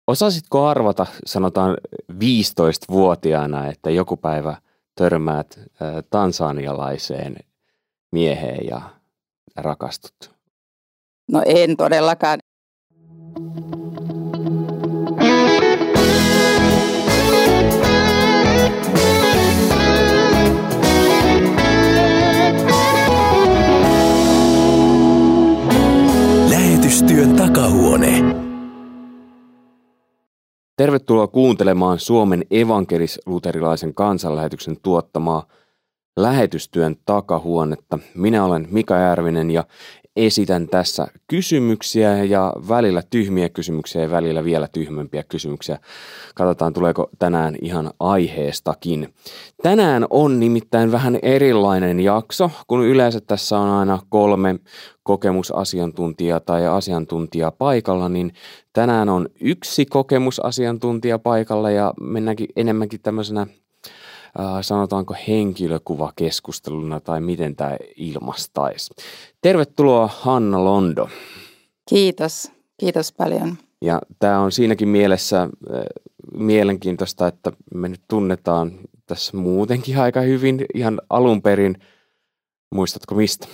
Osasitko arvata, sanotaan 15-vuotiaana, että joku päivä törmäät tansanialaiseen mieheen ja rakastut? No en todellakaan. Lähetystyön takahuone. Tervetuloa kuuntelemaan Suomen evankelis-luterilaisen kansanlähetyksen tuottamaa Lähetystyön takahuonetta. Minä olen Mika Järvinen ja esitän tässä kysymyksiä ja välillä tyhmiä kysymyksiä ja välillä vielä tyhmempiä kysymyksiä. Katsotaan, tuleeko tänään ihan aiheestakin. Tänään on nimittäin vähän erilainen jakso, kun yleensä tässä on aina 3 kokemusasiantuntijaa tai asiantuntijaa paikalla, niin tänään on 1 kokemusasiantuntija paikalla ja mennäänkin enemmänkin tämmöisenä sanotaanko henkilökuvakeskusteluna tai miten tämä ilmastaisi. Tervetuloa Hanna Londo. Kiitos paljon. Ja tämä on siinäkin mielessä mielenkiintoista, että me nyt tunnetaan tässä muutenkin aika hyvin ihan alun perin. Muistatko mistä?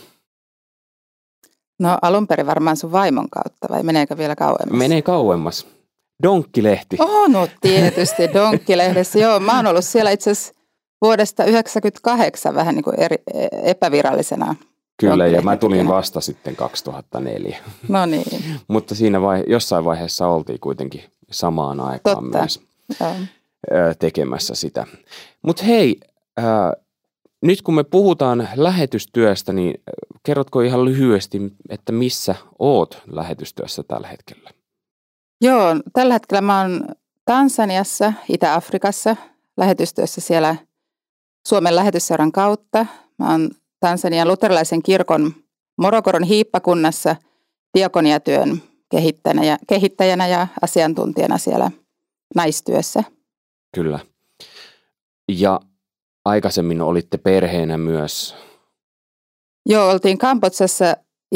No alun perin varmaan sun vaimon kautta vai meneekö vielä kauemmas? Menee kauemmas. Donkkilehti. No tietysti Donkkilehdessä. Joo, mä oon ollut siellä itse asiassa vuodesta 1998 vähän niin kuin epävirallisena. Kyllä, ja mä tulin vasta sitten 2004. No niin. Mutta siinä jossain vaiheessa oltiin kuitenkin samaan aikaan Totta. Myös tekemässä sitä. Mutta hei, nyt kun me puhutaan lähetystyöstä, niin kerrotko ihan lyhyesti, että missä oot lähetystyössä tällä hetkellä? Joo, tällä hetkellä mä oon Tansaniassa, Itä-Afrikassa, lähetystyössä siellä Suomen lähetysseuran kautta. Mä oon Tansanian luterilaisen kirkon Morokoron hiippakunnassa diakoniatyön kehittäjänä ja asiantuntijana siellä naistyössä. Kyllä. Ja aikaisemmin olitte perheenä myös? Joo, oltiin Kambodsassa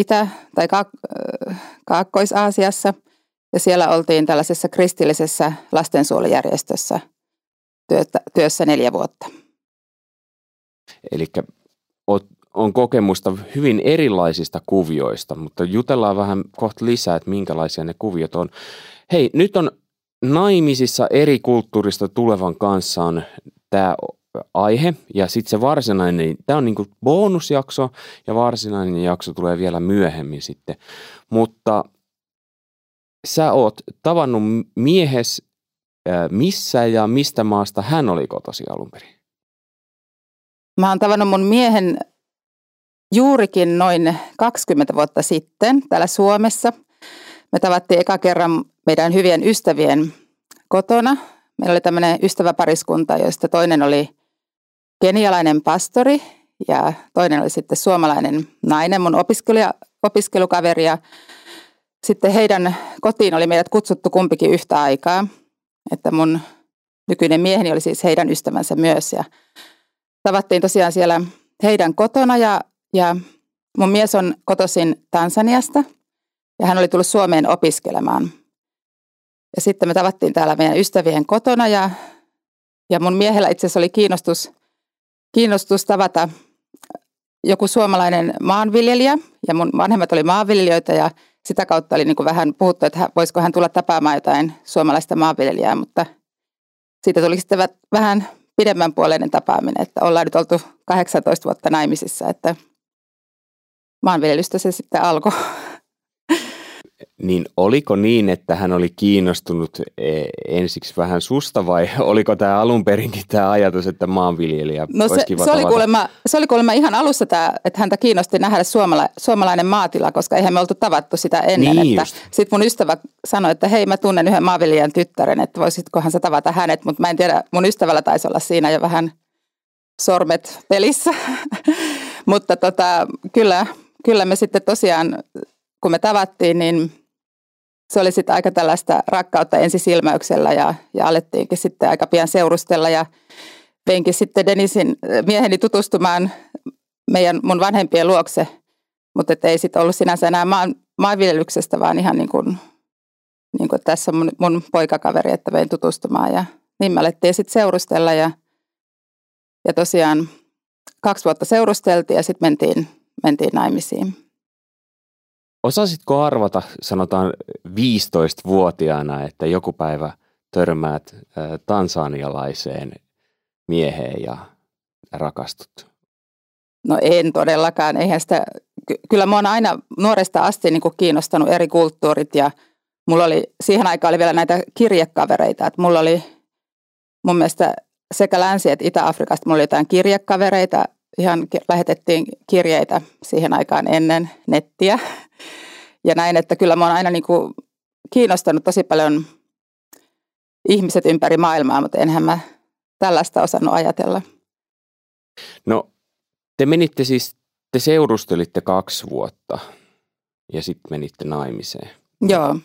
Kaakkois-Aasiassa ja siellä oltiin tällaisessa kristillisessä lastensuojelujärjestössä työssä 4 vuotta. Eli on kokemusta hyvin erilaisista kuvioista, mutta jutellaan vähän kohta lisää, että minkälaisia ne kuviot on. Hei, nyt on naimisissa eri kulttuurista tulevan kanssa on tämä aihe ja sitten se varsinainen, tämä on niin kuin bonusjakso ja varsinainen jakso tulee vielä myöhemmin sitten, mutta sä oot tavannut miehes missä ja mistä maasta hän oli kotoisin alun perin? Mä oon tavannut mun miehen juurikin noin 20 vuotta sitten täällä Suomessa. Me tavattiin eka kerran meidän hyvien ystävien kotona. Meillä oli tämmöinen ystäväpariskunta, joista toinen oli kenialainen pastori ja toinen oli sitten suomalainen nainen, mun opiskelukaveri. Ja sitten heidän kotiin oli meidät kutsuttu kumpikin yhtä aikaa. Että mun nykyinen mieheni oli siis heidän ystävänsä myös ja tavattiin tosiaan siellä heidän kotona ja mun mies on kotoisin Tansaniasta ja hän oli tullut Suomeen opiskelemaan. Ja sitten me tavattiin täällä meidän ystävien kotona ja mun miehellä itse asiassa oli kiinnostus tavata joku suomalainen maanviljelijä ja mun vanhemmat oli maanviljelijöitä ja sitä kautta oli niin kuin vähän puhuttu, että voisiko hän tulla tapaamaan jotain suomalaista maanviljelijää, mutta siitä tuli sitten vähän pidemmän puoleinen tapaaminen, että ollaan nyt oltu 18 vuotta naimisissa, että maanviljelystä se sitten alkoi. Niin oliko niin, että hän oli kiinnostunut ensiksi vähän susta vai oliko tämä alun perinkin tämä ajatus, että maanviljelijä olisi kiva tavata? Se oli kuulemma ihan alussa tämä, että häntä kiinnosti nähdä suomalainen maatila, koska eihän me oltu tavattu sitä ennen. Niin sitten mun ystävä sanoi, että hei mä tunnen yhden maanviljelijän tyttären, että voisitkohan sä tavata hänet, mutta mä en tiedä, mun ystävällä taisi olla siinä jo vähän sormet pelissä. Mutta kyllä me sitten tosiaan, kun me tavattiin, niin se oli sitten aika tällaista rakkautta ensisilmäyksellä ja alettiinkin sitten aika pian seurustella ja veinkin sitten Denisin mieheni tutustumaan mun vanhempien luokse, mutta ei sitten ollut sinänsä enää maanviljelyksestä, vaan ihan niin kuin niin kuin, että tässä on mun poikakaveri, että vein tutustumaan. Ja niin me alettiin sitten seurustella ja tosiaan 2 vuotta seurusteltiin ja sitten mentiin naimisiin. Osasitko arvata, sanotaan 15-vuotiaana, että joku päivä törmäät tansanialaiseen mieheen ja rakastut? No en todellakaan. Eihän sitä, kyllä minua on aina nuoresta asti niin kuin kiinnostanut eri kulttuurit ja mulla oli, siihen aikaan oli vielä näitä kirjekavereita. Että mulla oli mun mielestä sekä Länsi- että Itä-Afrikasta mulla oli jotain kirjekavereita. Ihan lähetettiin kirjeitä siihen aikaan ennen nettiä. Ja näin, että kyllä minua on aina niin kuin kiinnostanut tosi paljon ihmiset ympäri maailmaa, mutta enhän mä tällaista osannut ajatella. No, te seurustelitte 2 vuotta ja sitten menitte naimiseen. Joo.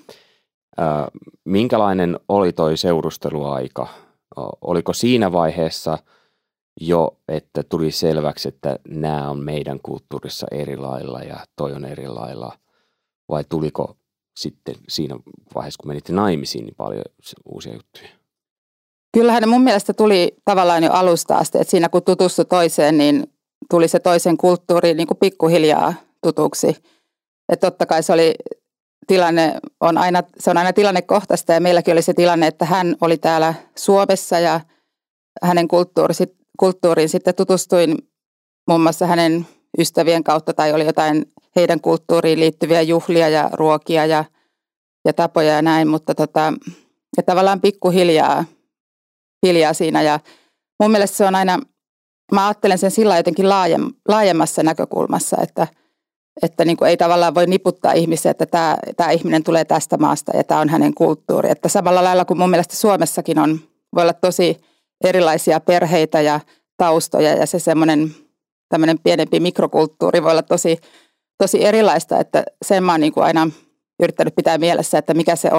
Minkälainen oli toi seurusteluaika? Oliko siinä vaiheessa jo, että tuli selväksi, että nämä on meidän kulttuurissa eri lailla ja toi on eri lailla? Vai tuliko sitten siinä vaiheessa, kun menitte naimisiin, niin paljon uusia juttuja? Kyllähän ne mun mielestä tuli tavallaan jo alusta asti, että siinä kun tutustui toiseen, niin tuli se toisen kulttuuri niin kuin pikkuhiljaa tutuksi. Että totta kai se on aina tilannekohtaista ja meilläkin oli se tilanne, että hän oli täällä Suomessa ja hänen kulttuuriin sitten tutustuin muun muassa hänen ystävien kautta tai oli jotain heidän kulttuuriin liittyviä juhlia ja ruokia ja tapoja ja näin, mutta ja tavallaan pikkuhiljaa siinä ja mun mielestä se on aina, mä ajattelen sen sillä jotenkin laajemmassa näkökulmassa, että niin kuin ei tavallaan voi niputtaa ihmisiä, että tämä ihminen tulee tästä maasta ja tämä on hänen kulttuuri. Että samalla lailla kuin mun mielestä Suomessakin voi olla tosi erilaisia perheitä ja taustoja ja se semmoinen tämmöinen pienempi mikrokulttuuri voi olla tosi erilaista, että sen mä oon niin kuin aina yrittänyt pitää mielessä, että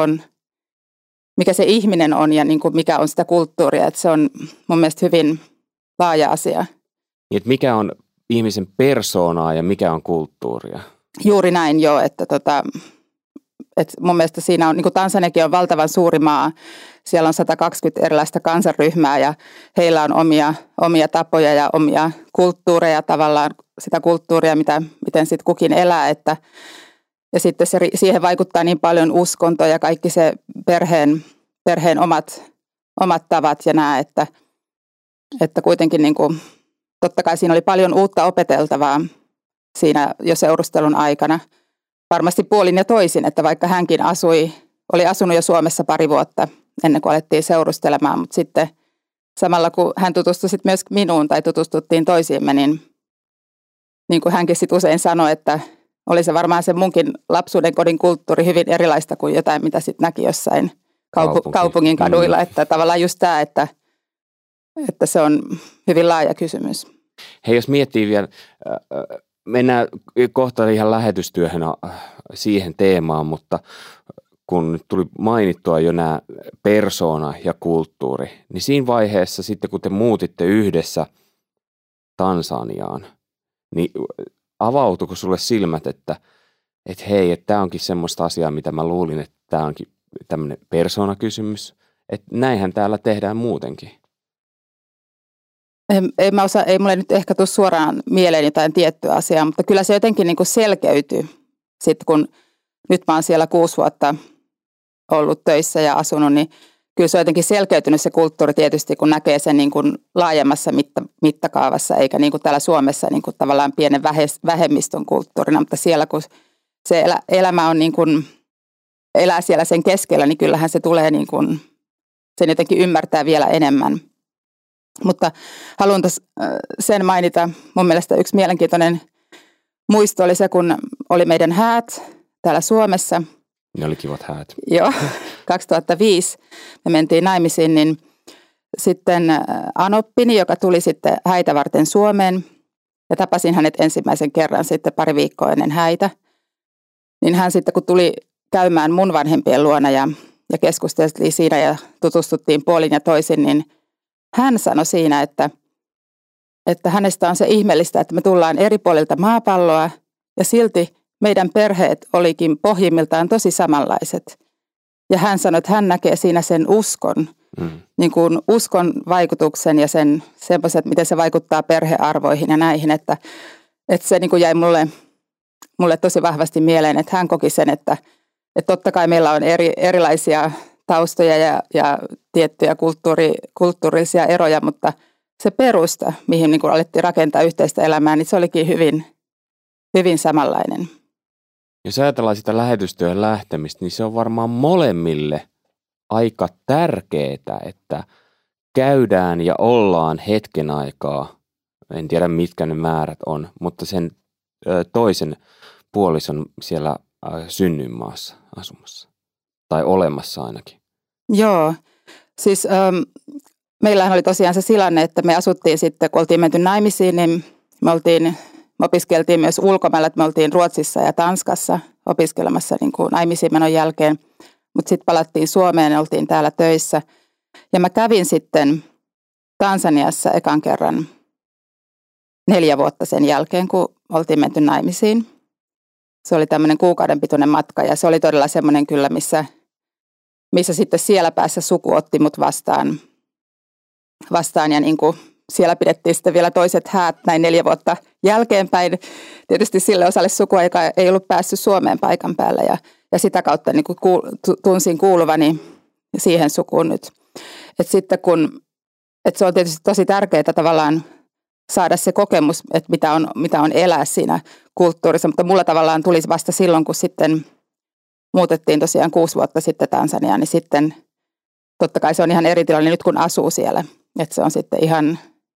mikä se ihminen on ja niin kuin mikä on sitä kulttuuria, että se on mun mielestä hyvin laaja asia. Niin, että mikä on ihmisen persoonaa ja mikä on kulttuuria? Juuri näin joo, että mun mielestä siinä on, niin kuin Tansaniakin on valtavan suuri maa, siellä on 120 erilaista kansanryhmää ja heillä on omia tapoja ja omia kulttuureja tavallaan, sitä kulttuuria, miten sitten kukin elää, ja sitten siihen vaikuttaa niin paljon uskonto ja kaikki se perheen omat tavat ja nämä, että kuitenkin niin kuin, totta kai siinä oli paljon uutta opeteltavaa siinä jo seurustelun aikana. Varmasti puolin ja toisin, että vaikka hänkin oli asunut jo Suomessa 2 vuotta ennen kuin alettiin seurustelemaan, mutta sitten samalla kun hän tutustui sitten myös minuun tai tutustuttiin toisiimme, niin kuin hänkin sitten usein sanoi, että oli se varmaan se munkin lapsuuden kodin kulttuuri hyvin erilaista kuin jotain, mitä sitten näki jossain kaupungin kaduilla. Että tavallaan just tämä, että se on hyvin laaja kysymys. Hei, jos miettii vielä, mennään kohta ihan lähetystyöhön siihen teemaan, mutta kun nyt tuli mainittua jo nämä persoona ja kulttuuri, niin siinä vaiheessa sitten kun te muutitte yhdessä Tansaniaan, niin avautuiko sulle silmät, että hei, että tämä onkin semmoista asiaa, mitä mä luulin, että tämä onkin tämmöinen persoonakysymys, että näinhän täällä tehdään muutenkin? Ei mulle nyt ehkä tule suoraan mieleen jotain tiettyä asiaa, mutta kyllä se jotenkin niin kuin selkeytyy. Sitten kun nyt mä oon siellä 6 vuotta ollut töissä ja asunut, niin kyllä se on jotenkin selkeytynyt se kulttuuri tietysti, kun näkee sen niin kuin laajemmassa mittakaavassa, eikä niin kuin täällä Suomessa niin kuin tavallaan pienen vähemmistön kulttuurina, mutta siellä kun se elämä on niin kuin, elää siellä sen keskellä, niin kyllähän se tulee niin kuin, sen jotenkin ymmärtää vielä enemmän. Mutta haluan sen mainita, mun mielestä yksi mielenkiintoinen muisto oli se, kun oli meidän häät täällä Suomessa. Ne oli kivat häät. Joo, 2005 me mentiin naimisiin, niin sitten anoppini, joka tuli sitten häitä varten Suomeen ja tapasin hänet ensimmäisen kerran sitten 2 viikkoa ennen häitä. Niin hän sitten kun tuli käymään mun vanhempien luona ja keskusteltiin siinä ja tutustuttiin puolin ja toisin, niin hän sanoi siinä, että hänestä on se ihmeellistä, että me tullaan eri puolilta maapalloa ja silti meidän perheet olikin pohjimmiltaan tosi samanlaiset. Ja hän sanoi, että hän näkee siinä sen uskon, niin kuin uskon vaikutuksen ja sen semmoiset, miten se vaikuttaa perhearvoihin ja näihin, että se niin kuin jäi mulle tosi vahvasti mieleen, että hän koki sen, että totta kai meillä on erilaisia taustoja ja tiettyjä kulttuurisia eroja, mutta se perusta, mihin niin kuin alettiin rakentaa yhteistä elämää, niin se olikin hyvin, hyvin samanlainen. Jos ajatellaan sitä lähetystyön lähtemistä, niin se on varmaan molemmille aika tärkeää, että käydään ja ollaan hetken aikaa, en tiedä mitkä ne määrät on, mutta sen toisen puolison siellä synnyinmaassa asumassa tai olemassa ainakin. Joo, siis meillähän oli tosiaan se tilanne, että me asuttiin sitten, kun oltiin menty naimisiin, niin me opiskeltiin myös ulkomailla, että me oltiin Ruotsissa ja Tanskassa opiskelemassa niin kuin naimisiin menon jälkeen, mutta sitten palattiin Suomeen ja oltiin täällä töissä. Ja mä kävin sitten Tansaniassa ekan kerran 4 vuotta sen jälkeen, kun oltiin menty naimisiin. Se oli tämmöinen kuukauden pituinen matka ja se oli todella semmoinen kyllä, missä sitten siellä päässä suku otti mut vastaan ja niin kuin siellä pidettiin sitten vielä toiset häät näin 4 vuotta jälkeenpäin. Tietysti sille osalle sukua, joka ei ollut päässyt Suomeen paikan päälle ja sitä kautta niin kuin tunsin kuuluvani siihen sukuun nyt. Että sitten että se on tietysti tosi tärkeää tavallaan saada se kokemus, että mitä on elää siinä kulttuurissa, mutta mulla tavallaan tuli vasta silloin, kun sitten muutettiin tosiaan 6 vuotta sitten Tansaniaan, niin sitten totta kai se on ihan eri tilanne nyt, kun asuu siellä. Että se on sitten ihan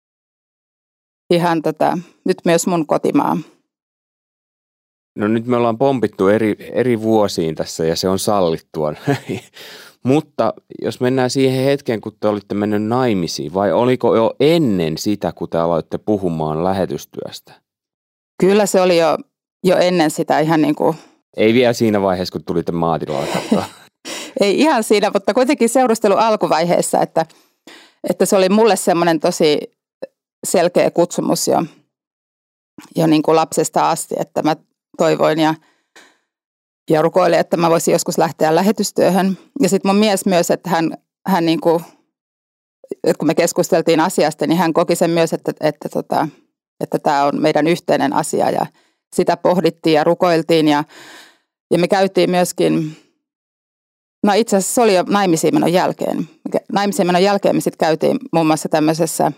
nyt myös mun kotimaa. No nyt me ollaan pompittu eri vuosiin tässä ja se on sallittua. Mutta jos mennään siihen hetkeen, kun te olitte mennyt naimisiin, vai oliko jo ennen sitä, kun te aloitte puhumaan lähetystyöstä? Kyllä se oli jo ennen sitä ihan niin kuin... Ei vielä siinä vaiheessa, kun tulitte maatilaan katsoa. Ei ihan siinä, mutta kuitenkin seurustelu alkuvaiheessa, että se oli mulle semmoinen tosi selkeä kutsumus jo niin kuin lapsesta asti, että mä toivoin ja rukoilin, että mä voisin joskus lähteä lähetystyöhön. Ja sitten mun mies myös, että hän niin kuin, että kun me keskusteltiin asiasta, niin hän koki sen myös, että tämä on meidän yhteinen asia ja sitä pohdittiin ja rukoiltiin ja me käytiin myöskin, no itse asiassa se oli jo naimisiin menon jälkeen. Naimisiin menon jälkeen me sitten käytiin muun muassa tämmöisessä,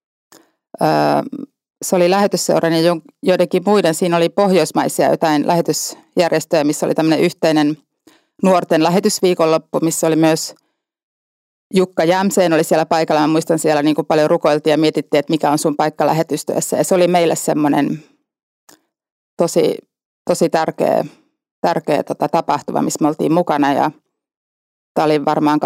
se oli lähetysseuran ja joidenkin muiden, siinä oli pohjoismaisia jotain lähetysjärjestöjä, missä oli tämmöinen yhteinen nuorten lähetysviikonloppu, missä oli myös Jukka Jämseen oli siellä paikalla. Mä muistan siellä niin kuin paljon rukoiltiin ja mietittiin, että mikä on sun paikka lähetystyössä. Ja se oli meille semmoinen tosi tärkeä tapahtuma, missä me oltiin mukana. Ja tämä oli varmaan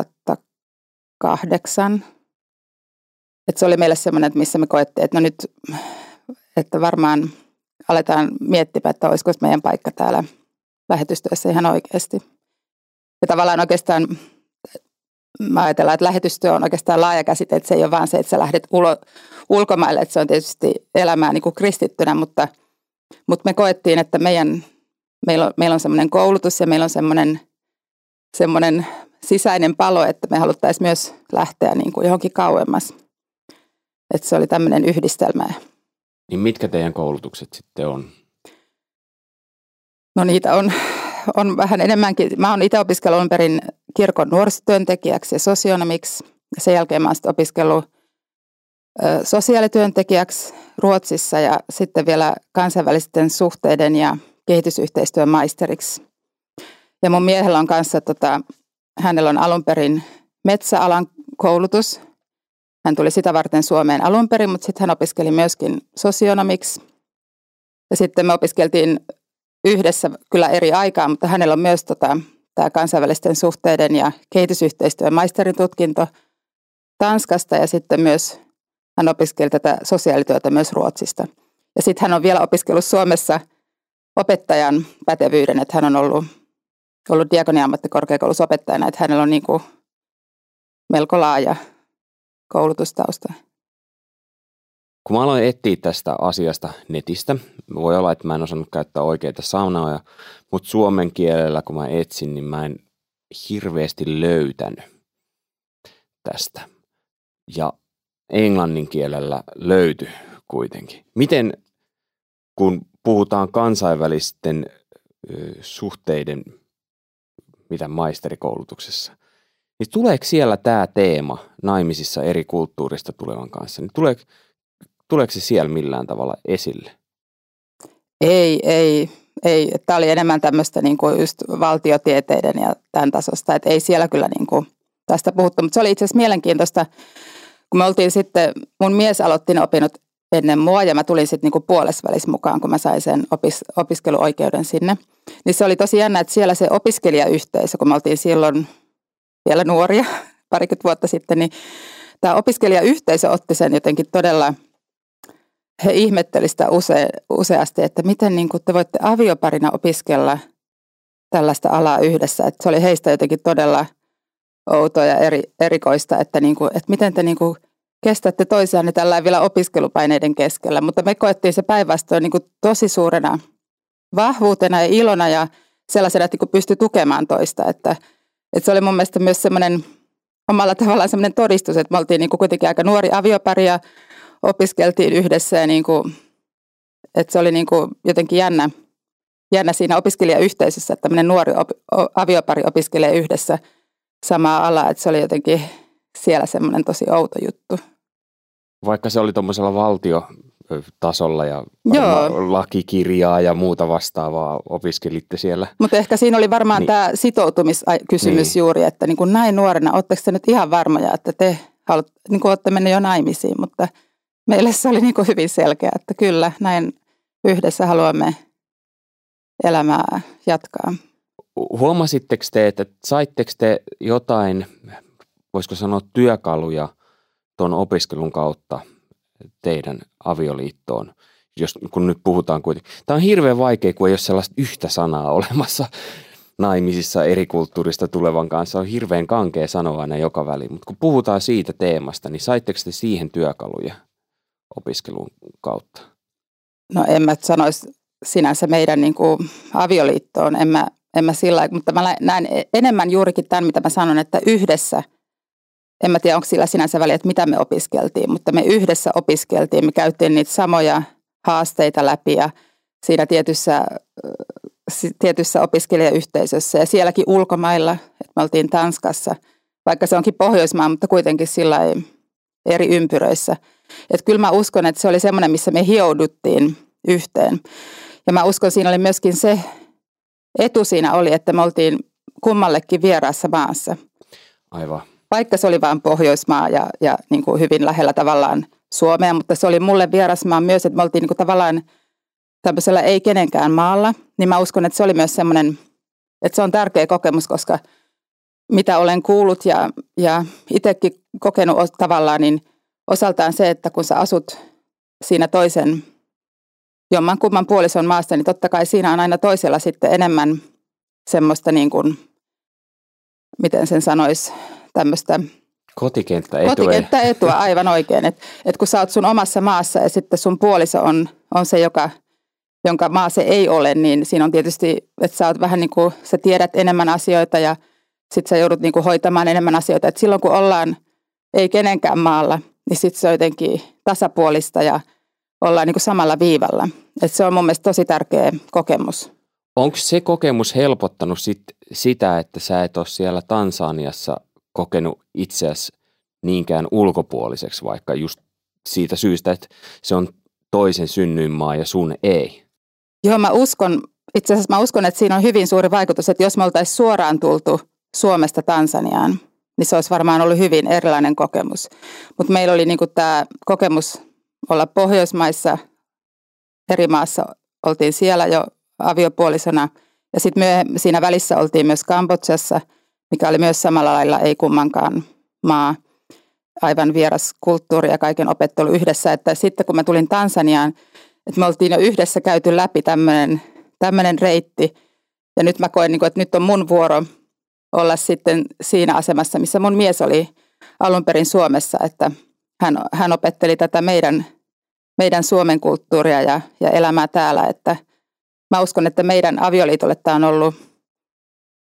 2008. Että se oli meille semmoinen, että missä me koettiin, että no nyt, että varmaan aletaan miettimään, että olisiko meidän paikka täällä lähetystyössä ihan oikeasti. Ja tavallaan oikeastaan mä ajatellaan, että lähetystyö on oikeastaan laaja käsite, että se ei ole vaan se, että sä lähdet ulkomaille, että se on tietysti elämää niin kuin kristittynä, mutta me koettiin, että meillä on semmoinen koulutus ja meillä on semmoinen sisäinen palo, että me haluttaisiin myös lähteä niin kuin johonkin kauemmas. Että se oli tämmöinen yhdistelmä. Niin mitkä teidän koulutukset sitten on? No niitä on vähän enemmänkin. Mä oon itse opiskellut alun perin kirkon nuorisotyöntekijäksi ja sosionomiksi. Sen jälkeen mä oon sitten opiskellut sosiaalityöntekijäksi Ruotsissa ja sitten vielä kansainvälisten suhteiden ja kehitysyhteistyön maisteriksi. Ja mun miehellä on kanssa, hänellä on alun perin metsäalan koulutus. Hän tuli sitä varten Suomeen alun perin, mutta sitten hän opiskeli myöskin sosionomiksi. Ja sitten me opiskeltiin yhdessä kyllä eri aikaa, mutta hänellä on myös tämä kansainvälisten suhteiden ja kehitysyhteistyön maisterin tutkinto Tanskasta ja sitten myös hän opiskeli tätä sosiaalityötä myös Ruotsista. Ja sitten hän on vielä opiskellut Suomessa opettajan pätevyyden, että hän on ollut Diakonia-ammattikorkeakoulussa opettajana, että hänellä on niin kuin melko laaja koulutustausta. Kun mä aloin etsiä tästä asiasta netistä, voi olla, että mä en osannut käyttää oikeita sanoja, mutta suomen kielellä kun mä etsin, niin mä en hirveästi löytänyt tästä. Ja englannin kielellä löytyi kuitenkin. Miten, kun puhutaan kansainvälisten suhteiden, mitä maisterikoulutuksessa, niin tuleeko siellä tämä teema naimisissa eri kulttuurista tulevan kanssa, niin tuleeko se siellä millään tavalla esille? Ei. Tämä oli enemmän tämmöistä niin kuin just valtiotieteiden ja tämän tasosta, että ei siellä kyllä niin kuin tästä puhuttu. Mutta se oli itse asiassa mielenkiintoista, kun me oltiin sitten, mun mies aloitti ne opinnot ennen mua ja mä tulin sitten niin kuin puolesvälissä mukaan, kun mä sain sen opiskeluoikeuden sinne. Niin se oli tosi jännä, että siellä se opiskelijayhteisö, kun me oltiin silloin vielä nuoria, parikymmentä vuotta sitten, niin tämä opiskelijayhteisö otti sen jotenkin todella, he ihmettelivät sitä useasti, että miten niin kuin te voitte avioparina opiskella tällaista alaa yhdessä. Että se oli heistä jotenkin todella outoa ja erikoista, että, niin kuin, että miten te niin kuin kestätte toisiaan tällä vielä opiskelupaineiden keskellä. Mutta me koettiin se päinvastoin niin kuin tosi suurena vahvuutena ja ilona ja sellaisena, että niin kuin pystyi tukemaan toista. Että se oli mun mielestä myös semmoinen omalla tavallaan semmoinen todistus, että me oltiin niin kuin kuitenkin aika nuori aviopari ja opiskeltiin yhdessä ja niin kuin, että se oli niin kuin jotenkin jännä siinä opiskelijayhteisössä, että tämmöinen nuori aviopari opiskelee yhdessä samaa alaa, että se oli jotenkin siellä semmoinen tosi outo juttu. Vaikka se oli tuommoisella valtiotasolla ja lakikirjaa ja muuta vastaavaa opiskelitte siellä. Mutta ehkä siinä oli varmaan tämä sitoutumiskysymys juuri, että niin kuin näin nuorena, oletteko te nyt ihan varmoja, että te niin kuin olette mennyt jo naimisiin, mutta meille se oli niin kuin hyvin selkeä, että kyllä näin yhdessä haluamme elämää jatkaa. Huomasitteko te, että saitteko te jotain, voisiko sanoa työkaluja tuon opiskelun kautta teidän avioliittoon, kun nyt puhutaan kuitenkin. Tämä on hirveän vaikea, kun ei ole sellaista yhtä sanaa olemassa naimisissa eri kulttuurista tulevan kanssa. On hirveän kankea sanoa aina joka väliin, mutta kun puhutaan siitä teemasta, niin saitteko te siihen työkaluja opiskelun kautta? No en mä sanoisi sinänsä meidän niin kuin avioliittoon, en mä sillä lailla, mutta mä näen enemmän juurikin tämän, mitä mä sanon, että yhdessä, en mä tiedä onko sillä sinänsä väliä, että mitä me opiskeltiin, mutta me yhdessä opiskeltiin, me käytiin niitä samoja haasteita läpi ja siinä tietyssä opiskelijayhteisössä ja sielläkin ulkomailla, että me oltiin Tanskassa, vaikka se onkin Pohjoismaa, mutta kuitenkin sillä eri ympyröissä. Että kyllä mä uskon, että se oli semmoinen, missä me hiouduttiin yhteen. Ja mä uskon, siinä oli myöskin se etu siinä oli, että me oltiin kummallekin vieraassa maassa. Aivan. Vaikka se oli vain Pohjoismaa ja niin kuin hyvin lähellä tavallaan Suomea, mutta se oli mulle vierasmaa myös, että me oltiin niin kuin tavallaan tämmöisellä ei kenenkään maalla. Niin mä uskon, että se oli myös semmoinen, että se on tärkeä kokemus, koska mitä olen kuullut ja itsekin kokenut tavallaan, niin osaltaan se, että kun sä asut siinä toisen jommankumman puolison maassa, niin totta kai siinä on aina toisella sitten enemmän semmoista niin kuin, miten sen sanoisi, tämmöistä kotikenttäetua, aivan oikein. Että kun sä oot sun omassa maassa ja sitten sun puoliso on se, jonka maa se ei ole, niin siinä on tietysti, että sä oot vähän niin kuin, sä tiedät enemmän asioita ja sitten sä joudut niin kuin hoitamaan enemmän asioita. Että silloin kun ollaan ei kenenkään maalla, niin sitten se on jotenkin tasapuolista ja ollaan niin kuin samalla viivalla. Että se on mun mielestä tosi tärkeä kokemus. Onko se kokemus helpottanut sitä, että sä et ole siellä Tansaniassa kokenut itseäsi niinkään ulkopuoliseksi, vaikka just siitä syystä, että se on toisen synnyinmaa ja sun ei? Joo, itse asiassa mä uskon, että siinä on hyvin suuri vaikutus, että jos me oltaisiin suoraan tultu Suomesta Tansaniaan, niin se olisi varmaan ollut hyvin erilainen kokemus. Mutta meillä oli niinku tämä kokemus olla Pohjoismaissa, eri maassa oltiin siellä jo aviopuolisona ja sitten siinä välissä oltiin myös Kambodžassa, mikä oli myös samalla lailla ei kummankaan maa, aivan vieras kulttuuri ja kaiken opettelu yhdessä. Että sitten kun mä tulin Tansaniaan, että me oltiin jo yhdessä käyty läpi tämmöinen reitti ja nyt mä koen, että nyt on mun vuoro olla sitten siinä asemassa, missä mun mies oli alun perin Suomessa, että hän opetteli tätä meidän Suomen kulttuuria ja elämää täällä, että mä uskon, että meidän avioliitolle tämä on ollut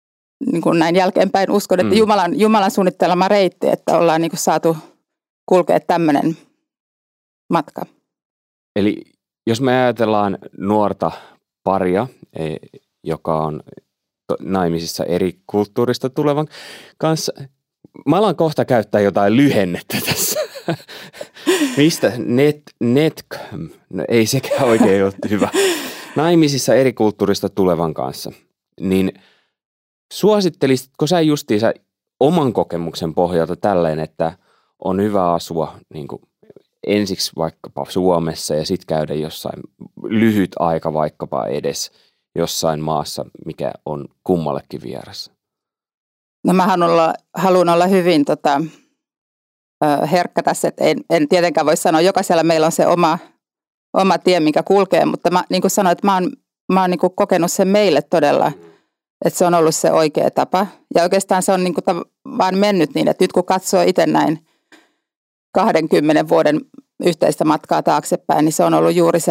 niin kuin näin jälkeenpäin uskon, että Jumalan suunnittelema reitti, että ollaan niin kuin saatu kulkea tämmöinen matka. Eli jos me ajatellaan nuorta paria, joka on naimisissa eri kulttuurista tulevan kanssa, mä alan kohta käyttää jotain lyhennettä tässä. Mistä? No, ei sekään oikein ole hyvä. Naimisissa eri kulttuurista tulevan kanssa. Niin suosittelisitko sä justiinsa oman kokemuksen pohjalta tälleen, että on hyvä asua niin kuin ensiksi vaikkapa Suomessa ja sitten käydä jossain lyhyt aika vaikkapa edes jossain maassa, mikä on kummallekin vieressä? No mä haluan olla hyvin herkkä tässä, että en tietenkään voi sanoa, jokaisella meillä on se oma tie, mikä kulkee, mutta mä niin kuin sanoin, että mä oon niin kuin kokenut sen meille todella, että se on ollut se oikea tapa. Ja oikeastaan se on niin kuin vaan mennyt niin, että nyt kun katsoo itse näin 20 vuoden yhteistä matkaa taaksepäin, niin se on ollut juuri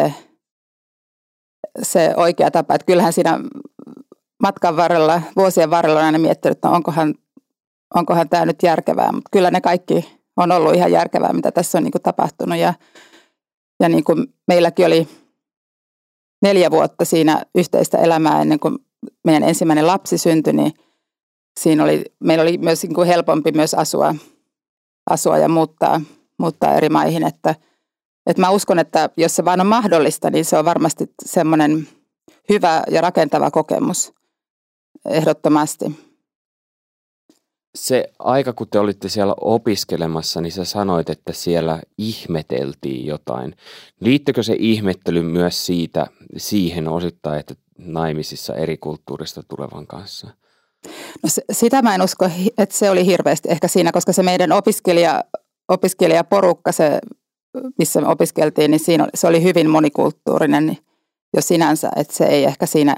se oikea tapa. Että kyllähän siinä matkan varrella, vuosien varrella on aina miettinyt, että no onkohan tämä nyt järkevää, mutta kyllä ne kaikki on ollut ihan järkevää, mitä tässä on niin kuin tapahtunut. Ja niin kuin meilläkin oli 4 vuotta siinä yhteistä elämää ennen kuin meidän ensimmäinen lapsi syntyi, niin meillä oli myös niin kuin helpompi myös asua ja muuttaa eri maihin. Että mä uskon, että jos se vaan on mahdollista, niin se on varmasti semmoinen hyvä ja rakentava kokemus ehdottomasti. Se aika, kun te olitte siellä opiskelemassa, niin sä sanoit, että siellä ihmeteltiin jotain. Liittyykö se ihmettely myös siihen osittain, että naimisissa eri kulttuurista tulevan kanssa? No sitä mä en usko, että se oli hirveästi ehkä siinä, koska se meidän opiskelijaporukka, se missä me opiskeltiin, niin se oli hyvin monikulttuurinen jo sinänsä, että se ei ehkä siinä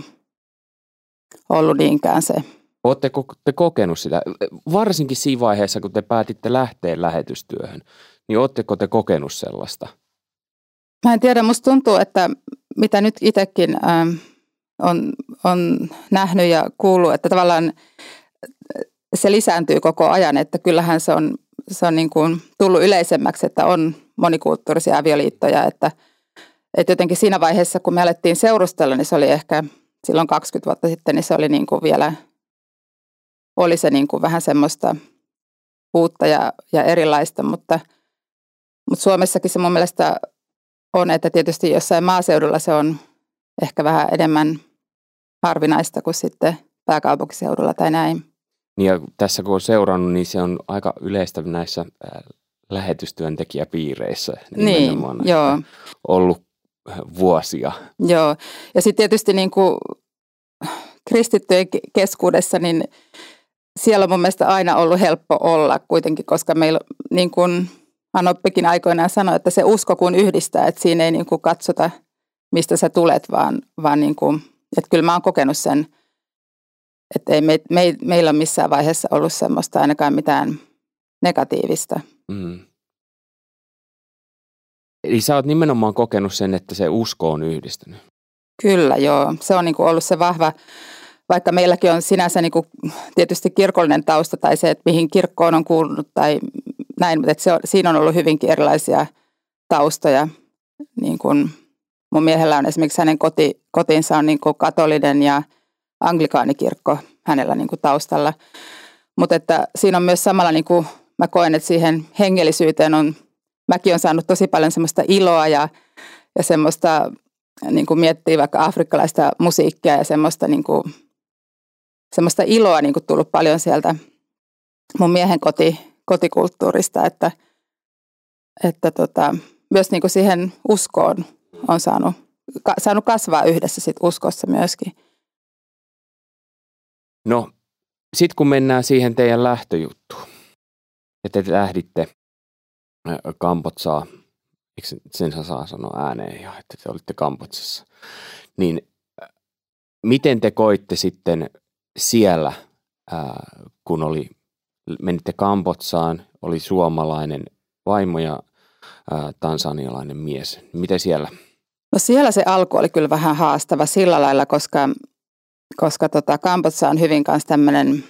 ollut niinkään se. Oletteko te kokenut sitä, varsinkin siinä vaiheessa, kun te päätitte lähteä lähetystyöhön, niin oletteko te kokenut sellaista? Mä en tiedä, musta tuntuu, että mitä nyt itsekin on nähnyt ja kuullut, että tavallaan se lisääntyy koko ajan, että kyllähän se on niin kuin tullut yleisemmäksi, että on monikulttuurisia avioliittoja, että jotenkin siinä vaiheessa, kun me alettiin seurustella, niin se oli ehkä silloin 20 vuotta sitten, niin se oli niin kuin vielä, oli se niin kuin vähän semmoista uutta ja erilaista, mutta Suomessakin se mun mielestä on, että tietysti jossain maaseudulla se on ehkä vähän enemmän harvinaista kuin sitten pääkaupunkiseudulla tai näin. Ja tässä kun on seurannut, niin se on aika yleistä näissä lähetystyöntekijäpiireissä. Niin, joo. Ollut vuosia. Joo, ja sitten tietysti niin kuin kristittyjen keskuudessa, niin siellä on mun mielestä aina ollut helppo olla kuitenkin, koska meillä niin kuin Anoppikin aikoinaan sanoi, että se usko kun yhdistää, että siinä ei niin kuin katsota, mistä sä tulet, vaan niin kuin, että kyllä mä oon kokenut sen, että ei meillä ole missään vaiheessa ollut semmoista ainakaan mitään negatiivista. Mm. Eli sä oot nimenomaan kokenut sen, että se usko on yhdistynyt. Kyllä, joo. Se on niin kuin ollut se vahva, vaikka meilläkin on sinänsä niin kuin tietysti kirkollinen tausta tai se, että mihin kirkkoon on kuulunut tai näin, mutta että siinä on ollut hyvinkin erilaisia taustoja. Niin kuin mun miehellä on esimerkiksi hänen kotinsa on niin kuin katolinen ja anglikaanikirkko hänellä niin kuin taustalla. Mutta että siinä on myös samalla, niin kuin mä koen, että siihen hengellisyyteen mäkin olen saanut tosi paljon semmoista iloa ja semmoista niin kuin miettii vaikka afrikkalaista musiikkia ja semmoista, niin kuin, semmoista iloa niin kuin tullut paljon sieltä mun miehen kotikulttuurista, että myös niin kuin siihen uskoon on saanut kasvaa yhdessä sit uskossa myöskin. No, sitten kun mennään siihen teidän lähtöjuttuun, että te lähditte Kambodsaan, eikö sen saa sanoa ääneen jo, että te olitte Kambodsassa, niin miten te koitte sitten siellä, kun menitte Kambodsaan, oli suomalainen vaimo ja tansanialainen mies. Miten siellä? No siellä se alku oli kyllä vähän haastava sillä lailla, koska koska Kambodža on hyvin kanssa tämmöinen,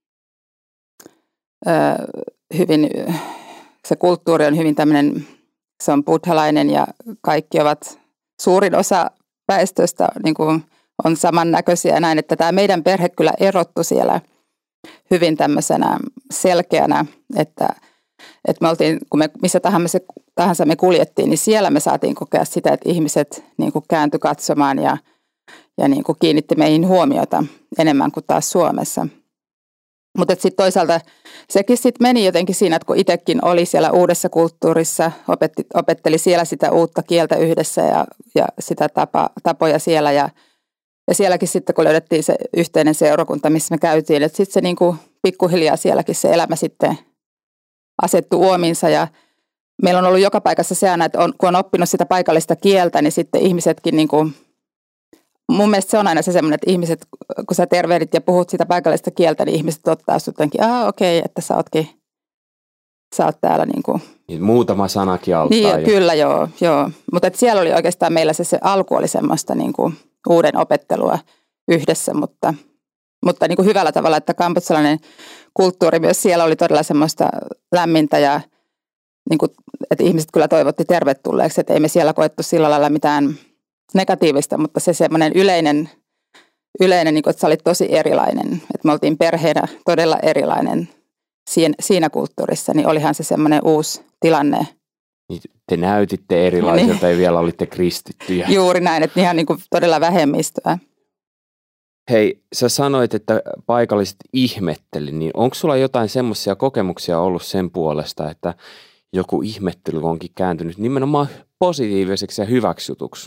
hyvin, se kulttuuri on hyvin tämmöinen, se on buddhalainen ja kaikki ovat, suurin osa väestöstä niin kuin on samannäköisiä ja näin, että tämä meidän perhe kyllä erottu siellä hyvin tämmöisenä selkeänä, että me oltiin, kun me missä tahansa me kuljettiin, niin siellä me saatiin kokea sitä, että ihmiset niin kuin kääntyi katsomaan ja niin kuin kiinnitti meihin huomiota enemmän kuin taas Suomessa. Mutta sitten toisaalta sekin sitten meni jotenkin siinä, että kun itsekin oli siellä uudessa kulttuurissa, opetteli siellä sitä uutta kieltä yhdessä ja sitä tapoja siellä ja sielläkin sitten kun löydettiin se yhteinen seurakunta, missä me käytiin, että sitten se niin kuin pikkuhiljaa sielläkin se elämä sitten asettui uomiinsa ja meillä on ollut joka paikassa se aina, että kun on oppinut sitä paikallista kieltä, niin sitten ihmisetkin niin kuin, mun mielestä se on aina se semmoinen, että ihmiset, kun sä tervehdit ja puhut sitä paikallista kieltä, niin ihmiset ottaa jotenkin, okei, että sä oot täällä niin kuin. Muutama sanakin auttaa. Niin, kyllä, joo. Mutta siellä oli oikeastaan meillä se alku oli semmoista niin kuin uuden opettelua yhdessä, mutta niin kuin hyvällä tavalla, että kambodžalainen kulttuuri myös siellä oli todella semmoista lämmintä ja niin kuin, että ihmiset kyllä toivotti tervetulleeksi, että ei me siellä koettu sillä lailla mitään negatiivista, mutta se semmoinen yleinen niin kuin, että sä olit tosi erilainen, että me oltiin perheenä todella erilainen siinä kulttuurissa, niin olihan se semmoinen uusi tilanne. Niin te näytitte erilaisilta ja vielä olitte kristittyjä. Juuri näin, että ihan niin kuin todella vähemmistöä. Hei, sä sanoit, että paikalliset ihmetteli, niin onko sulla jotain semmoisia kokemuksia ollut sen puolesta, että joku ihmettely onkin kääntynyt nimenomaan positiiviseksi ja hyväksytyksi?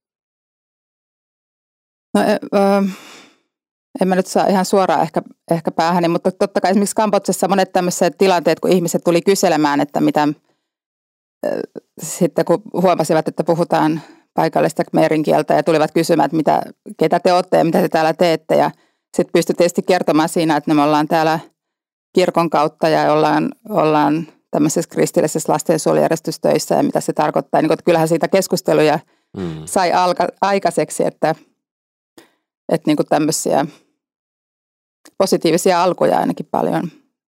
No, en mä nyt saa ihan suoraan ehkä päähäni, mutta totta kai esimerkiksi Kambodžassa monet tämmöiset tilanteet, kun ihmiset tuli kyselemään, että mitä sitten kun huomasivat, että puhutaan paikallista khmerin kieltä ja tulivat kysymään, että ketä te olette ja mitä te täällä teette. Ja sitten pystyi tietysti kertomaan siinä, että me ollaan täällä kirkon kautta ja ollaan tämmöisessä kristillisessä lastensuojelujärjestystöissä ja mitä se tarkoittaa. Niin, että kyllähän siitä keskusteluja sai aikaiseksi, että niin kuin tämmöisiä positiivisia alkuja ainakin paljon.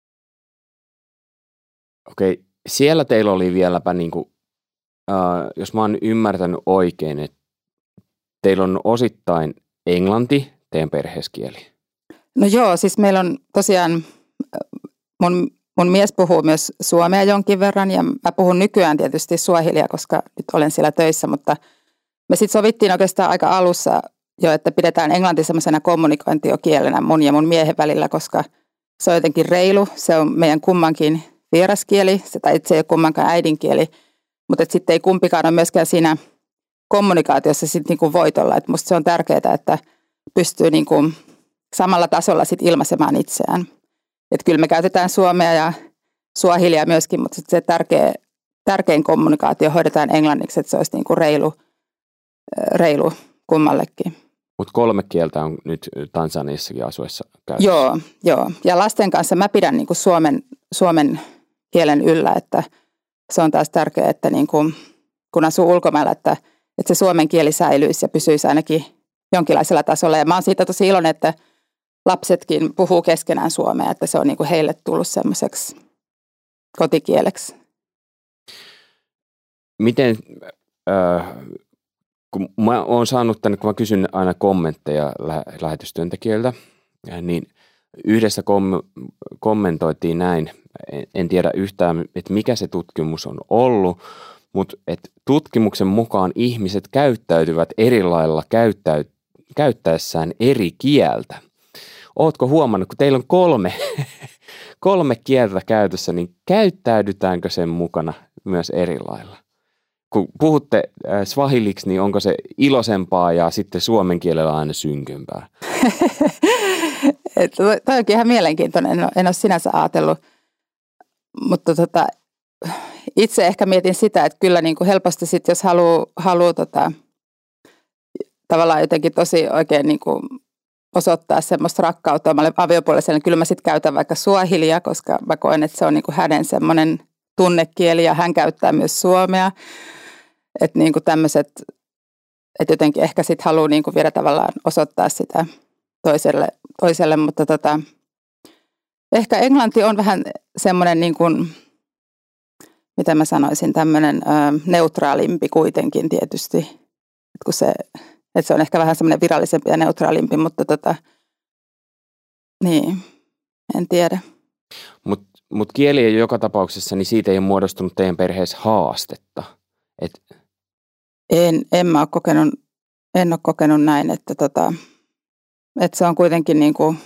Okei, siellä teillä oli vieläpä, niin kuin, jos mä oon ymmärtänyt oikein, että teillä on osittain englanti teidän perheeskieli. No joo, siis meillä on tosiaan, mun mies puhuu myös suomea jonkin verran ja mä puhun nykyään tietysti suahilia, koska nyt olen siellä töissä, mutta me sitten sovittiin oikeastaan aika alussa jo, että pidetään englanti semmoisena kommunikointiokielenä mun ja mun miehen välillä, koska se on jotenkin reilu, se on meidän kummankin vieraskieli, tai se ei ole kummankaan äidinkieli, mutta sitten ei kumpikaan ole myöskään siinä kommunikaatiossa sitten niinku voitolla, että musta se on tärkeää, että pystyy niinku samalla tasolla sit ilmaisemaan itseään. Että kyllä me käytetään suomea ja suahilia myöskin, mutta se tärkein kommunikaatio hoidetaan englanniksi, että se olisi niinku reilu kummallekin. Mutta 3 kieltä on nyt Tansaniassakin asuessa käytössä. Joo. Ja lasten kanssa mä pidän niinku suomen kielen yllä, että se on taas tärkeää, että niinku, kun asuu ulkomailla, että se suomen kieli säilyisi ja pysyisi ainakin jonkinlaisella tasolla. Ja mä oon siitä tosi iloinen, että lapsetkin puhuu keskenään suomea, että se on niinku heille tullut semmoiseksi kotikieleksi. Miten, kun mä oon saanut tänne, kun mä kysyn aina kommentteja lähetystyöntekijöiltä, niin yhdessä kommentoitiin näin, en tiedä yhtään, että mikä se tutkimus on ollut, mutta että tutkimuksen mukaan ihmiset käyttäytyvät eri lailla käyttäessään eri kieltä. Ootko huomannut, kun teillä on kolme kieltä käytössä, niin käyttäydytäänkö sen mukana myös eri lailla? Kun puhutte swahiliksi, niin onko se iloisempaa ja sitten suomen kielellä aina synkympää? Toi onkin ihan mielenkiintoinen, en ole sinänsä ajatellut, mutta itse ehkä mietin sitä, että kyllä niin kuin helposti sitten, jos haluaa tavallaan jotenkin tosi oikein niin kuin osoittaa semmoista rakkautta omalle aviopuoliselle, niin kyllä mä sitten käytän vaikka suahilia, koska mä koen, että se on niin kuin hänen semmoinen tunnekieli ja hän käyttää myös suomea. Että niin kuin tämmöiset, että jotenkin ehkä sitten haluaa niin kuin vielä tavallaan osoittaa sitä toiselle, mutta ehkä englanti on vähän semmoinen niin kuin, mitä mä sanoisin, tämmöinen neutraalimpi kuitenkin tietysti, että se on ehkä vähän semmoinen virallisempi ja neutraalimpi, mutta niin, en tiedä. Mut kieli ei joka tapauksessa, niin siitä ei ole muodostunut teidän perheessä haastetta. En ole kokenut näin, että se on kuitenkin niin kuin,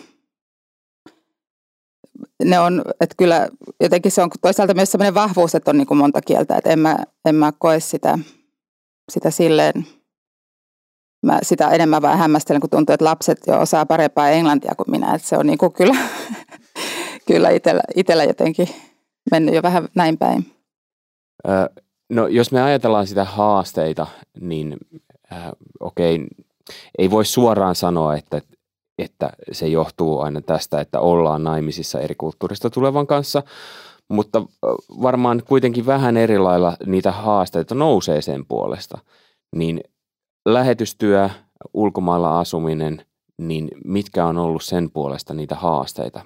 että kyllä jotenkin se on toisaalta myös sellainen vahvuus, että on niin kuin monta kieltä, että en mä koe sitä silleen, mä sitä enemmän vaan hämmästelen, kun tuntuu, että lapset jo osaa parempaa englantia kuin minä, että se on niin kuin kyllä itsellä jotenkin mennyt jo vähän näin päin. No jos me ajatellaan sitä haasteita, niin okei, ei voi suoraan sanoa, että se johtuu aina tästä, että ollaan naimisissa eri kulttuurista tulevan kanssa, mutta varmaan kuitenkin vähän eri lailla niitä haasteita nousee sen puolesta. Niin lähetystyö, ulkomailla asuminen, niin mitkä on ollut sen puolesta niitä haasteita?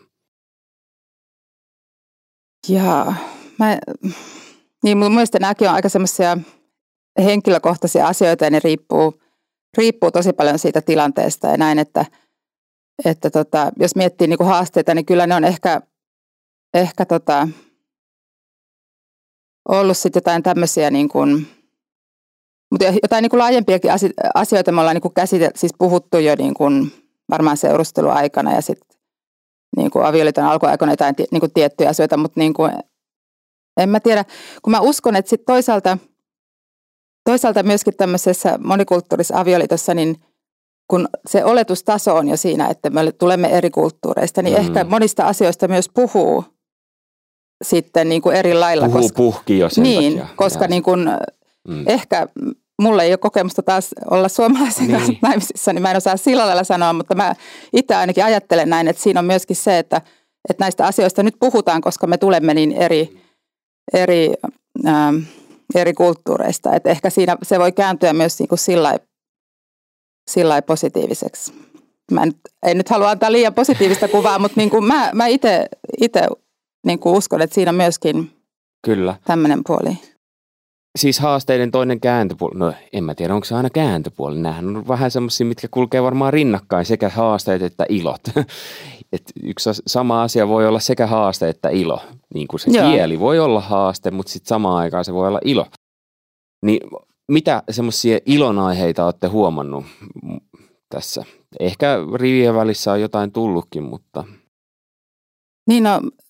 Jaa, niin mun mielestä nämäkin on aika semmoisia henkilökohtaisia asioita ja ne riippuu tosi paljon siitä tilanteesta ja näin, että jos miettii niin kuin haasteita, niin kyllä ne on ehkä ollut sitten jotain tämmöisiä niin kuin, mutta jotain niin kuin laajempiakin asioita me ollaan niin kuin siis puhuttu jo niin kuin varmaan seurusteluaikana ja sitten niin kuin avioliiton alkuaikana jotain niin kuin tiettyjä asioita, mutta niin kuin, en mä tiedä, kun mä uskon, että sitten toisaalta myöskin tämmöisessä monikulttuurisessa avioliitossa, niin kun se oletustaso on jo siinä, että me tulemme eri kulttuureista, niin ehkä monista asioista myös puhuu sitten niin kuin eri lailla. Puhki jo sen niin, takia. koska niin kuin, ehkä mulla ei ole kokemusta taas olla suomalaisen kanssa naimisissa, niin mä en osaa sillä lailla sanoa, mutta mä itse ainakin ajattelen näin, että siinä on myöskin se, että näistä asioista nyt puhutaan, koska me tulemme niin eri kulttuureista. Että ehkä siinä se voi kääntyä myös niin kuin sillä positiiviseksi. En nyt halua antaa liian positiivista kuvaa, mutta niin kuin mä itse niin kuin uskon, että siinä on myöskin tämmöinen puoli. Siis haasteiden toinen kääntöpuoli, no en mä tiedä, onko se aina kääntöpuoli. Nämähän on vähän semmoisia, mitkä kulkee varmaan rinnakkain, sekä haasteet että ilot. Et yksi sama asia voi olla sekä haaste että ilo. Niin kuin se kieli voi olla haaste, mutta sitten samaan aikaan se voi olla ilo. Niin mitä semmoisia ilonaiheita olette huomannut tässä? Ehkä rivien välissä on jotain tullutkin, mutta... Niin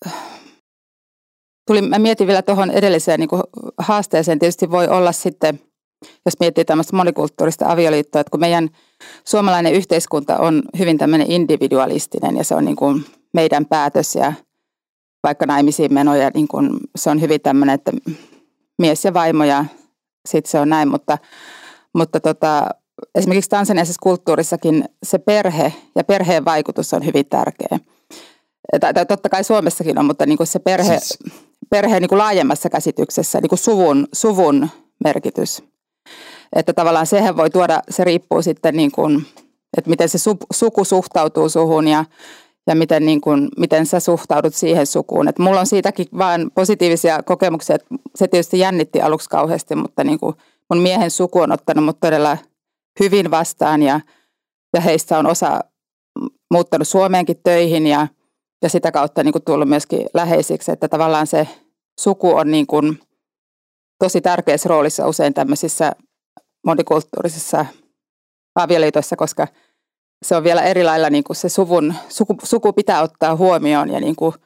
mä mietin vielä tuohon edelliseen niin kuin haasteeseen. Tietysti voi olla sitten, jos miettii tämmöistä monikulttuurista avioliittoa, että kun meidän suomalainen yhteiskunta on hyvin tämmöinen individualistinen ja se on niin kuin meidän päätös ja vaikka naimisiin menoja, niin kuin se on hyvin tämmöinen, että mies ja vaimo ja sitten se on näin, mutta esimerkiksi tansanialaisessa kulttuurissakin se perhe ja perheen vaikutus on hyvin tärkeä. Tai totta kai Suomessakin on, mutta niin kuin se perhe niin kuin laajemmassa käsityksessä, niin kuin suvun merkitys. Että tavallaan sehän voi tuoda, se riippuu sitten niin kuin, että miten se suku suhtautuu suhun ja miten sä suhtaudut siihen sukuun. Että mulla on siitäkin vaan positiivisia kokemuksia, että se tietysti jännitti aluksi kauheasti, mutta niin kuin mun miehen suku on ottanut mut todella hyvin vastaan ja heistä on osa muuttanut Suomeenkin töihin ja sitä kautta niin kuin tullut myöskin läheisiksi, että tavallaan se suku on niin kuin tosi tärkeässä roolissa usein tämmöisissä monikulttuurisissa avioliitoissa, koska se on vielä eri lailla niin kuin se suku pitää ottaa huomioon ja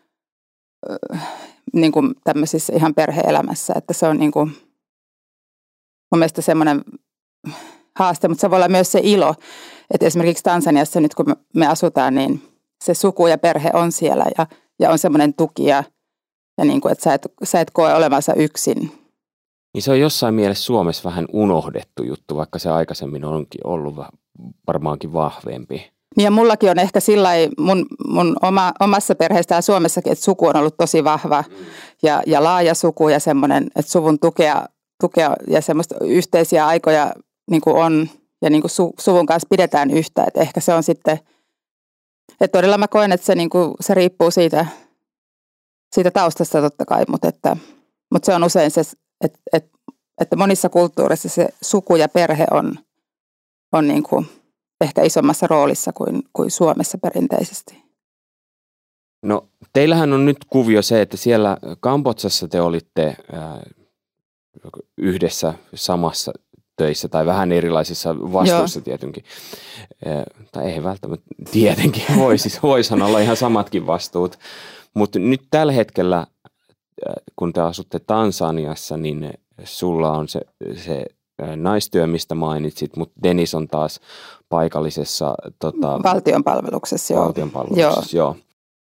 niin kuin tämmöisissä ihan perhe-elämässä, että se on niin kuin mun mielestä semmoinen haaste, mutta se voi olla myös se ilo, että esimerkiksi Tansaniassa nyt kun me asutaan, niin se suku ja perhe on siellä ja on semmoinen tuki ja niin kuin, että sä et koe olevansa yksin. Niin se on jossain mielessä Suomessa vähän unohdettu juttu, vaikka se aikaisemmin onkin ollut varmaankin vahvempi. Niin ja mullakin on ehkä sillai mun omassa perheessä täällä Suomessakin, että suku on ollut tosi vahva ja laaja suku ja semmoinen, että suvun tukea ja semmoista yhteisiä aikoja niin kuin on ja niin kuin suvun kanssa pidetään yhtä. Että ehkä se on sitten Että todella mä koen, että se riippuu siitä taustasta totta kai, mutta se on usein se, että monissa kulttuureissa se suku ja perhe on niin kuin ehkä isommassa roolissa kuin Suomessa perinteisesti. No teillähän on nyt kuvio se, että siellä Kambodsassa te olitte yhdessä samassa töissä tai vähän erilaisissa vastuissa tietenkin. Tai ei välttämättä tietenkin, voisi olla ihan samatkin vastuut. Mutta nyt tällä hetkellä, kun te asutte Tansaniassa, niin sulla on se naistyö, mistä mainitsit, mutta Dennis on taas paikallisessa valtionpalveluksessa, joo. Valtionpalveluksessa, joo.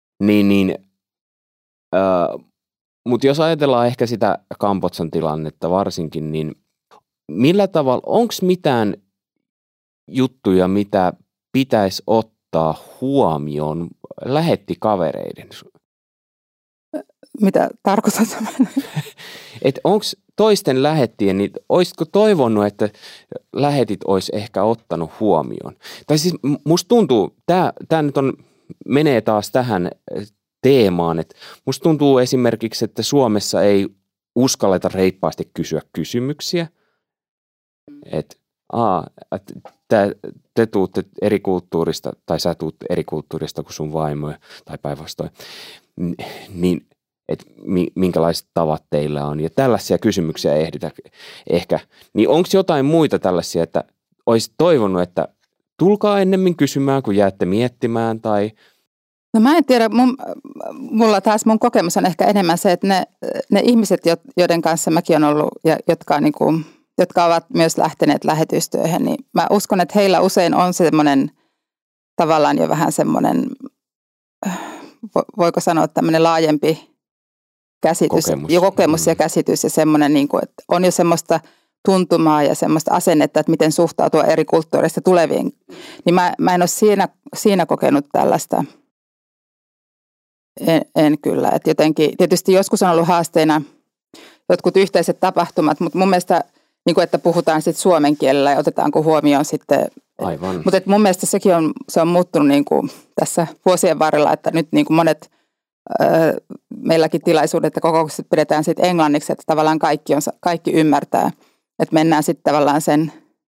Mutta jos ajatellaan ehkä sitä Kambodžan tilannetta varsinkin, niin millä tavalla, onko mitään juttuja, mitä pitäisi ottaa huomioon lähettikavereiden? Mitä tarkoitat? Että onko toisten lähettien, niin olisitko toivonut, että lähetit olisi ehkä ottanut huomioon? Tai siis musta tuntuu, tämä nyt menee taas tähän teemaan, että musta tuntuu esimerkiksi, että Suomessa ei uskalleta reippaasti kysyä kysymyksiä. Että te tuutte eri kulttuurista, tai sä tuut eri kulttuurista kuin sun vaimo, tai päinvastoin, niin että minkälaiset tavat teillä on, ja tällaisia kysymyksiä ehditä ehkä. Niin onko jotain muita tällaisia, että olisit toivonut, että tulkaa ennemmin kysymään, kun jäätte miettimään, tai... No mä en tiedä, mulla taas mun kokemus on ehkä enemmän se, että ne ihmiset, joiden kanssa mäkin olen ollut, ja jotka ovat myös lähteneet lähetystyöhön, niin mä uskon, että heillä usein on semmoinen tavallaan jo vähän semmoinen, voiko sanoa tämmöinen laajempi käsitys, kokemus ja käsitys ja semmoinen, niin kuin, että on jo semmoista tuntumaa ja semmoista asennetta, että miten suhtautua eri kulttuureista tuleviin. Niin mä en ole siinä kokenut tällaista. En kyllä. Että jotenkin, tietysti joskus on ollut haasteina jotkut yhteiset tapahtumat, mutta mun mielestä, niin kuin, että puhutaan sitten suomen kielellä ja otetaanko huomioon sitten. Aivan. Mutta mun mielestä se on muuttunut niin kuin tässä vuosien varrella, että nyt niin kuin monet meilläkin tilaisuudet ja kokoukset pidetään sitten englanniksi, että tavallaan kaikki ymmärtää, että mennään sitten tavallaan sen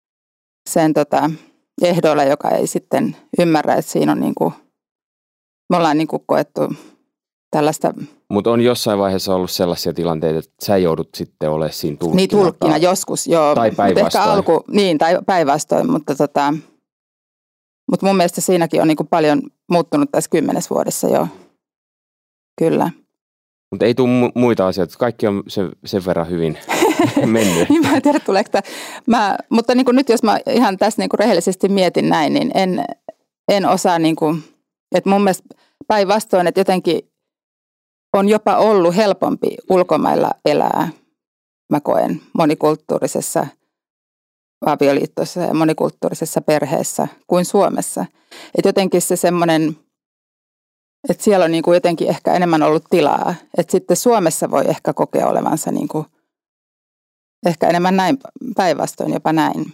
ehdoilla, joka ei sitten ymmärrä, että siinä on niin kuin, me ollaan niin kuin koettu tällaista. Mutta on jossain vaiheessa ollut sellaisia tilanteita, että sä joudut sitten olemaan siinä tulkkina. Niin tulkkina joskus, joo. Tai päinvastoin. Tai päinvastoin, mutta mun mielestä siinäkin on niin kuin paljon muuttunut tässä 10 vuodessa, joo. Kyllä. Mutta ei tule muita asioita. Kaikki on sen verran hyvin mennyt. Niin mä en tiedä, tuleeko mutta niin kuin nyt jos mä ihan tässä niin kuin rehellisesti mietin näin, niin en osaa, niin kuin, että mun mielestä päinvastoin, että jotenkin on jopa ollut helpompi ulkomailla elää, mä koen, monikulttuurisessa avioliitossa ja monikulttuurisessa perheessä kuin Suomessa. Että jotenkin se semmoinen, että siellä on niin kuin jotenkin ehkä enemmän ollut tilaa. Että sitten Suomessa voi ehkä kokea olevansa niin kuin ehkä enemmän näin, päinvastoin jopa näin.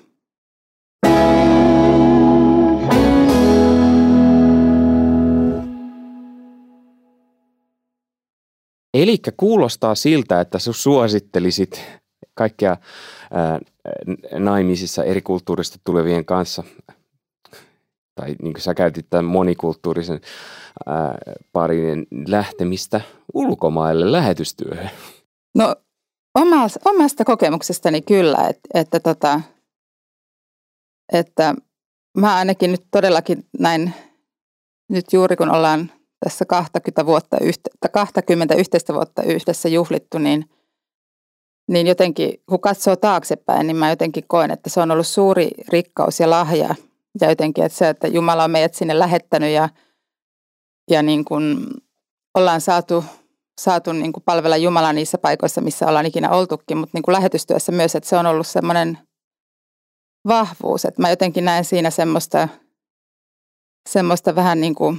Elikkä kuulostaa siltä, että sä suosittelisit kaikkia naimisissa eri kulttuurista tulevien kanssa, tai niin kuin sä käytit tämän monikulttuurisen parin lähtemistä ulkomaille lähetystyöhön. No omasta kokemuksestani kyllä, että mä ainakin nyt todellakin näin, nyt juuri kun ollaan tässä 20 yhteistä vuotta yhdessä juhlittu, niin jotenkin kun katsoo taaksepäin, niin mä jotenkin koen, että se on ollut suuri rikkaus ja lahja. Ja jotenkin, että se, että Jumala on meidät sinne lähettänyt ja niin kuin ollaan saatu niin kuin palvella Jumalaa niissä paikoissa, missä ollaan ikinä oltukin, mutta niin kuin lähetystyössä myös, että se on ollut semmoinen vahvuus, että mä jotenkin näen siinä semmoista vähän niin kuin,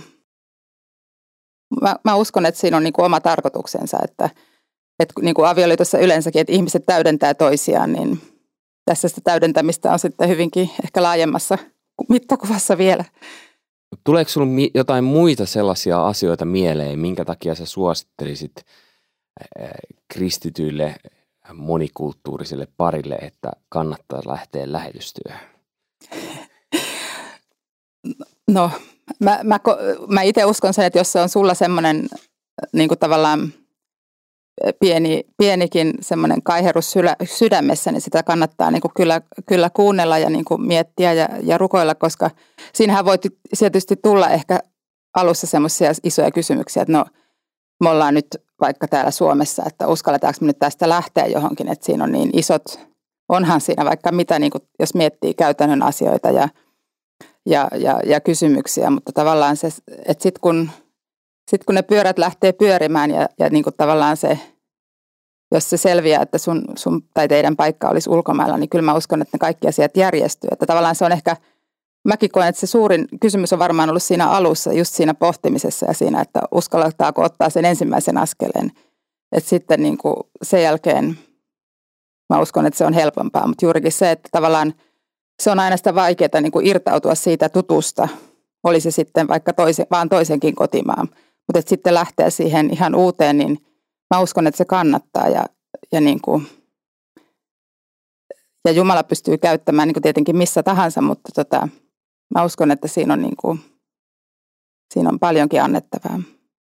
mä uskon, että siinä on niin kuin oma tarkoituksensa, että niin kuin avioliitossa yleensäkin, että ihmiset täydentää toisiaan, niin tässä sitä täydentämistä on sitten hyvinkin ehkä laajemmassa mittakuvassa vielä. tuleeko sinulla jotain muita sellaisia asioita mieleen, minkä takia sä suosittelisit kristityille monikulttuuriselle parille, että kannattaa lähteä lähetystyöhön? No, mä itse uskon sen, että jos se on sulla semmoinen niin kuin tavallaan pienikin semmoinen kaiherus sydämessä, niin sitä kannattaa niin kuin kyllä kuunnella ja niin kuin miettiä ja rukoilla, koska siinähän voi tietysti tulla ehkä alussa semmoisia isoja kysymyksiä, että no me ollaan nyt vaikka täällä Suomessa, että uskalletaanko me nyt tästä lähteä johonkin, että siinä on niin isot, onhan siinä vaikka mitä, niin kuin jos miettii käytännön asioita ja kysymyksiä, mutta tavallaan se, että sitten kun ne pyörät lähtee pyörimään ja niin kuin tavallaan se, jos se selviää, että sun tai teidän paikka olisi ulkomailla, niin kyllä mä uskon, että ne kaikki asiat järjestyy. Että tavallaan se on ehkä, mäkin koen, että se suurin kysymys on varmaan ollut siinä alussa, just siinä pohtimisessa ja siinä, että uskalletaanko ottaa sen ensimmäisen askeleen. Että sitten niin kuin sen jälkeen mä uskon, että se on helpompaa, mutta juurikin se, että tavallaan se on aina sitä vaikeaa niin kuin irtautua siitä tutusta, oli se sitten vaikka vaan toisenkin kotimaan. Mutta että sitten lähteä siihen ihan uuteen, niin mä uskon, että se kannattaa ja Jumala pystyy käyttämään niin kuin tietenkin missä tahansa, mutta mä uskon, että siinä on paljonkin annettavaa.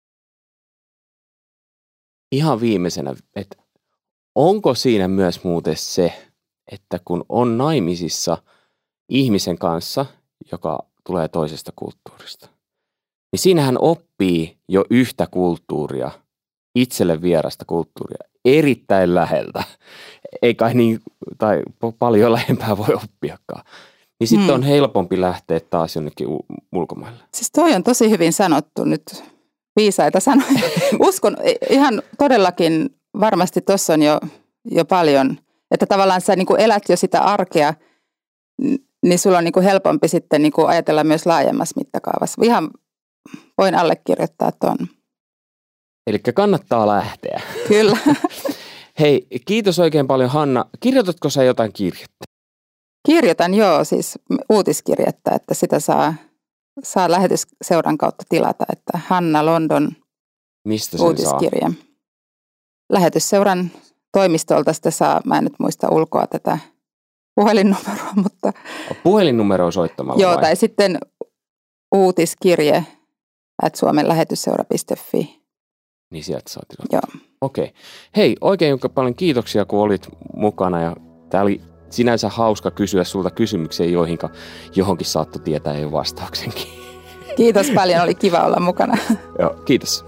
Ihan viimeisenä, että onko siinä myös muuten se, että kun on naimisissa ihmisen kanssa, joka tulee toisesta kulttuurista, niin siinähän oppii jo yhtä kulttuuria, itselle vierasta kulttuuria, erittäin läheltä. Ei kai niin, tai paljon lähempää voi oppiakaan. Niin sitten on helpompi lähteä taas jonnekin ulkomaille. Siis toi on tosi hyvin sanottu nyt, viisaita sanoja. Uskon ihan todellakin, varmasti tuossa on jo paljon, että tavallaan sä niin kuin elät jo sitä arkea, niin sulla on niin kuin helpompi sitten niin kuin ajatella myös laajemmassa mittakaavassa. Ihan voin allekirjoittaa tuon. Eli kannattaa lähteä. Kyllä. Hei, kiitos oikein paljon Hanna. Kirjoitatko sä jotain kirjettä? Kirjoitan siis uutiskirjettä, että sitä saa lähetysseuran kautta tilata, että Hanna London. Mistä sen uutiskirje. saa? Lähetysseuran toimistolta sitä saa, mä en nyt muista ulkoa tätä puhelinnumeroa, mutta Puhelinnumero soittamalla joo, vai? tai sitten uutiskirje @suomenlähetysseura.fi. Niin sieltä saa tilata. Joo. Okei. Hei, oikein paljon kiitoksia, kun olit mukana. Ja tää oli sinänsä hauska kysyä sulta kysymyksiä, joihinka johonkin saattoi tietää jo vastauksenkin. Kiitos paljon, oli kiva olla mukana. Joo, kiitos.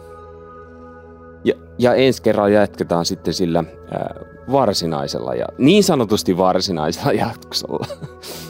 Ja ensi kerralla jatketaan sitten sillä varsinaisella ja niin sanotusti varsinaisella jaksolla.